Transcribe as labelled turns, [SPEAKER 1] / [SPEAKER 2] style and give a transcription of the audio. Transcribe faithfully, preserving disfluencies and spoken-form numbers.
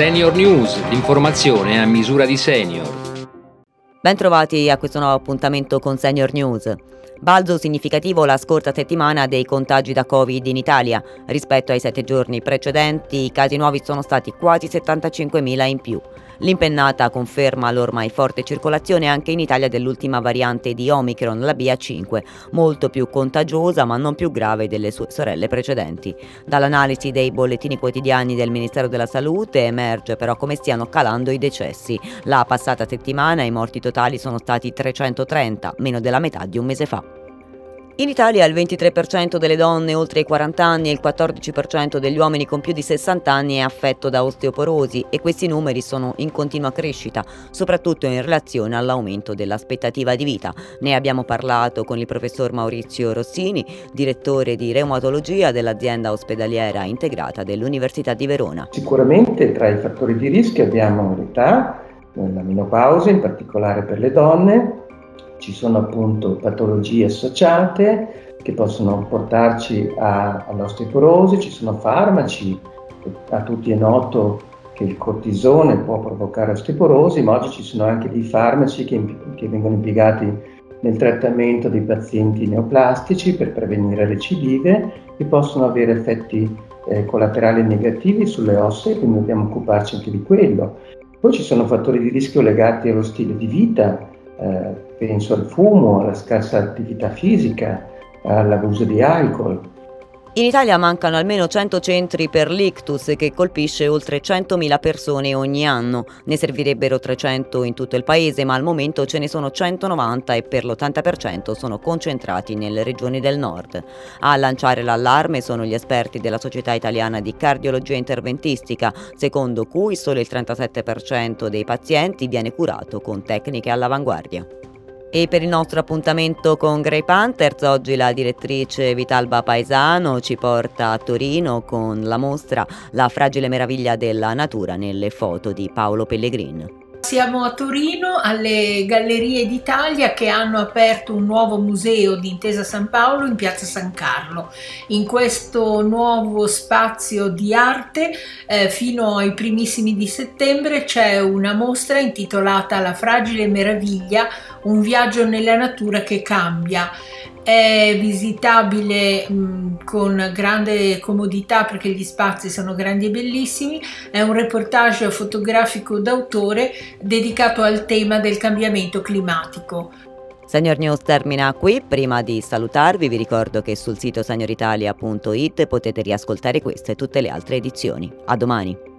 [SPEAKER 1] Senior News, l'informazione a misura di senior.
[SPEAKER 2] Bentrovati a questo nuovo appuntamento con Senior News. Balzo significativo la scorsa settimana dei contagi da Covid in Italia. Rispetto ai sette giorni precedenti, i casi nuovi sono stati quasi settantacinquemila in più. L'impennata conferma l'ormai forte circolazione anche in Italia dell'ultima variante di Omicron, la B A cinque, molto più contagiosa ma non più grave delle sue sorelle precedenti. Dall'analisi dei bollettini quotidiani del Ministero della Salute emerge però come stiano calando i decessi. La passata settimana i morti totali sono stati trecentotrenta, meno della metà di un mese fa. In Italia il ventitré per cento delle donne oltre i quaranta anni e il quattordici per cento degli uomini con più di sessanta anni è affetto da osteoporosi e questi numeri sono in continua crescita, soprattutto in relazione all'aumento dell'aspettativa di vita. Ne abbiamo parlato con il professor Maurizio Rossini, direttore di reumatologia dell'azienda ospedaliera integrata dell'Università di Verona.
[SPEAKER 3] Sicuramente tra i fattori di rischio abbiamo l'età, la menopausa, in particolare per le donne. Ci sono appunto patologie associate che possono portarci a, all'osteoporosi, ci sono farmaci, a tutti è noto che il cortisone può provocare osteoporosi, ma oggi ci sono anche dei farmaci che, che vengono impiegati nel trattamento dei pazienti neoplastici per prevenire recidive e possono avere effetti eh, collaterali negativi sulle ossa, quindi dobbiamo occuparci anche di quello. Poi ci sono fattori di rischio legati allo stile di vita. Eh, penso al fumo, alla scarsa attività fisica, all'abuso di alcol.
[SPEAKER 2] In Italia mancano almeno cento centri per l'ictus che colpisce oltre centomila persone ogni anno. Ne servirebbero trecento in tutto il paese, ma al momento ce ne sono centonovanta e per l'ottanta per cento sono concentrati nelle regioni del nord. A lanciare l'allarme sono gli esperti della Società Italiana di Cardiologia Interventistica, secondo cui solo il trentasette per cento dei pazienti viene curato con tecniche all'avanguardia. E per il nostro appuntamento con Grey Panthers, oggi la direttrice Vitalba Paesano ci porta a Torino con la mostra La fragile meraviglia della natura nelle foto di Paolo Pellegrin.
[SPEAKER 4] Siamo a Torino alle Gallerie d'Italia che hanno aperto un nuovo museo di Intesa San Paolo in piazza San Carlo. In questo nuovo spazio di arte eh, fino ai primissimi di settembre c'è una mostra intitolata La fragile meraviglia, un viaggio nella natura che cambia. È visitabile mh, con grande comodità perché gli spazi sono grandi e bellissimi. È un reportage fotografico d'autore dedicato al tema del cambiamento climatico.
[SPEAKER 2] Senior News termina qui. Prima di salutarvi vi ricordo che sul sito senior italia punto it potete riascoltare queste e tutte le altre edizioni. A domani!